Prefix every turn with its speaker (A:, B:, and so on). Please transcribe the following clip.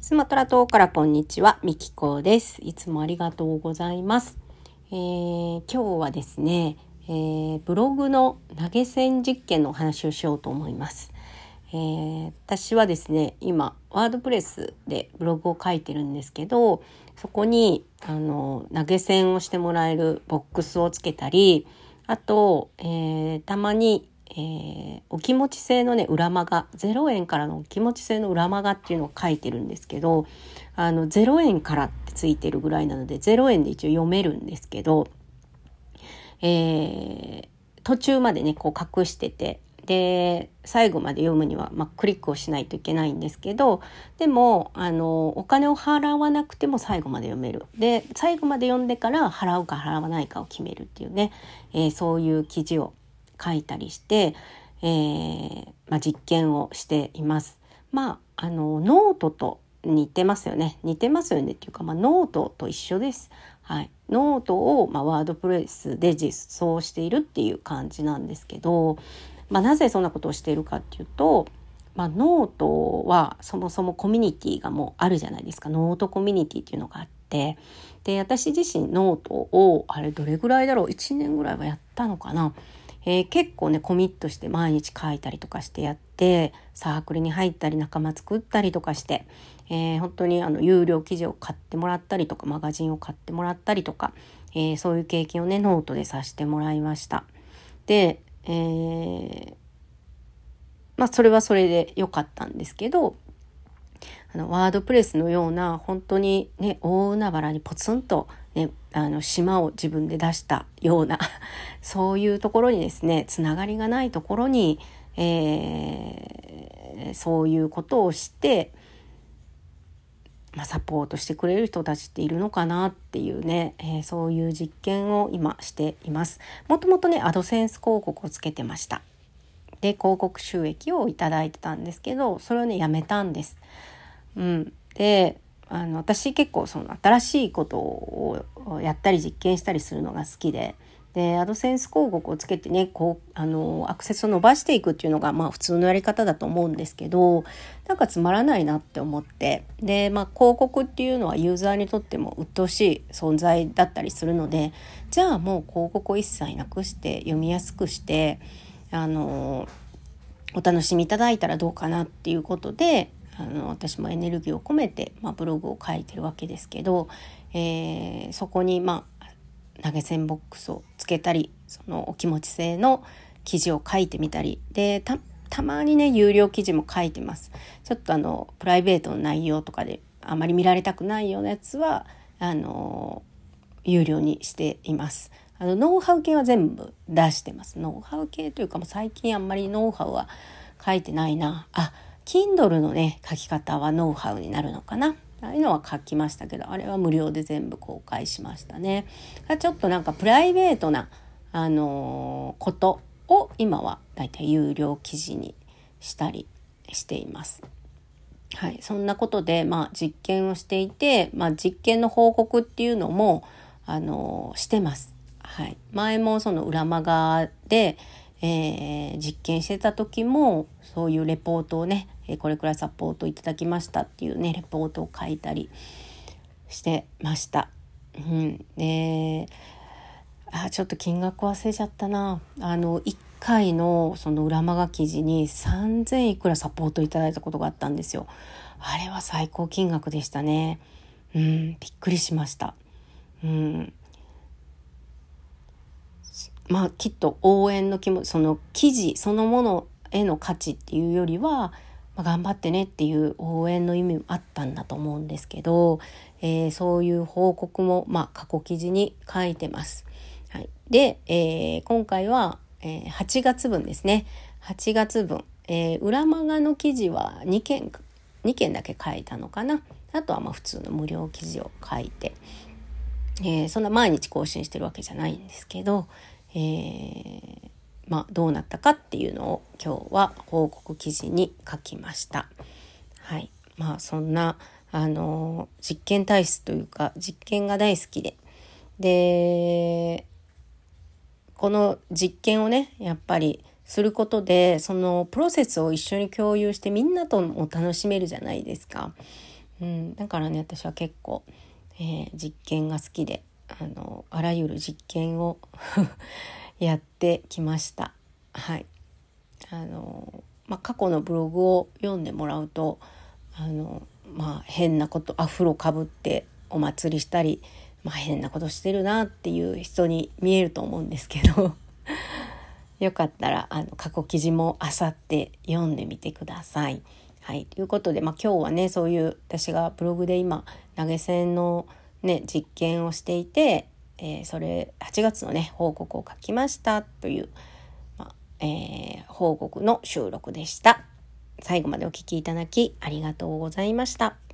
A: スマトラ島からこんにちは、みきこです。いつもありがとうございます。今日はですね、ブログの投げ銭実験のお話をしようと思います。私はですね、今ワードプレスでブログを書いてるんですけど、そこに投げ銭をしてもらえるボックスをつけたり、あと、たまにお気持ち製のね裏マガ、0円からのお気持ち製の裏マガっていうのを書いてるんですけど、0円からってついてるぐらいなので0円で一応読めるんですけど、途中までねこう隠してて、で最後まで読むには、クリックをしないといけないんですけど、でもお金を払わなくても最後まで読める。で最後まで読んでから払うか払わないかを決めるっていうね、そういう記事を書いたりして、実験をしています。ノートと似てますよね。似てますよねっていうか、ノートと一緒です。はい、ノートを、ワードプレスで実装しているっていう感じなんですけど、なぜそんなことをしているかっていうと、ノートはそもそもコミュニティがもうあるじゃないですか。ノートコミュニティっていうのがあって、で私自身ノートをどれぐらいだろう、1年ぐらいはやったのかな。結構ねコミットして毎日書いたりとかしてやって、サークルに入ったり仲間作ったりとかして、本当に有料記事を買ってもらったりとか、マガジンを買ってもらったりとか、そういう経験をねノートでさせてもらいました。で、それはそれで良かったんですけど、ワードプレスのような本当にね大海原にポツンとね島を自分で出したようなそういうところにですね、つながりがないところに、そういうことをしてサポートしてくれる人たちっているのかなっていうね、そういう実験を今しています。もともとねアドセンス広告をつけてました。で広告収益をいただいてたんですけど、それをねやめたんです。で私結構その新しいことをやったり実験したりするのが好きで、アドセンス広告をつけてねアクセスを伸ばしていくっていうのが普通のやり方だと思うんですけど、なんかつまらないなって思って、で広告っていうのはユーザーにとっても鬱陶しい存在だったりするので、じゃあもう広告を一切なくして読みやすくしてお楽しみいただいたらどうかなっていうことで、私もエネルギーを込めて、ブログを書いてるわけですけど、そこに投げ銭ボックスをつけたり、そのお気持ち製の記事を書いてみたりで、たまにね有料記事も書いてます。ちょっとプライベートの内容とかであまり見られたくないようなやつは有料にしています。ノウハウ系は全部出してます。ノウハウ系というか最近あんまりノウハウは書いてないな。Kindle のね書き方はノウハウになるのかな。ああいうのは書きましたけど、あれは無料で全部公開しましたね。ちょっとなんかプライベートなことを今はだいたい有料記事にしたりしています。はい、そんなことで実験をしていて、実験の報告っていうのもしてます。はい、前もその裏マガで、実験してた時もそういうレポートをね、これくらいサポートいただきましたっていうねレポートを書いたりしてました。でちょっと金額忘れちゃったな。1回のその裏マガ記事に3000いくらサポートいただいたことがあったんですよ。あれは最高金額でしたね。びっくりしました。きっと応援の気持ち、その記事そのものへの価値っていうよりは、頑張ってねっていう応援の意味もあったんだと思うんですけど、そういう報告も過去記事に書いてます。はい、で、今回は、8月分ですね。8月分、裏マガの記事は2件だけ書いたのかな。あとは普通の無料記事を書いて、そんな毎日更新してるわけじゃないんですけど、どうなったかっていうのを今日は報告記事に書きました。はい、そんな実験体質というか実験が大好きで、この実験をねやっぱりすることでそのプロセスを一緒に共有してみんなとも楽しめるじゃないですか。 だからね私は結構、実験が好きであらゆる実験をやってきました。はい。過去のブログを読んでもらうと変なことアフロかぶってお祭りしたり、変なことしてるなっていう人に見えると思うんですけどよかったら過去記事も漁って読んでみてください。はい、ということで、今日はねそういう私がブログで今投げ銭の、実験をしていて、それ8月のね報告を書きましたという、報告の収録でした。最後までお聞きいただきありがとうございました。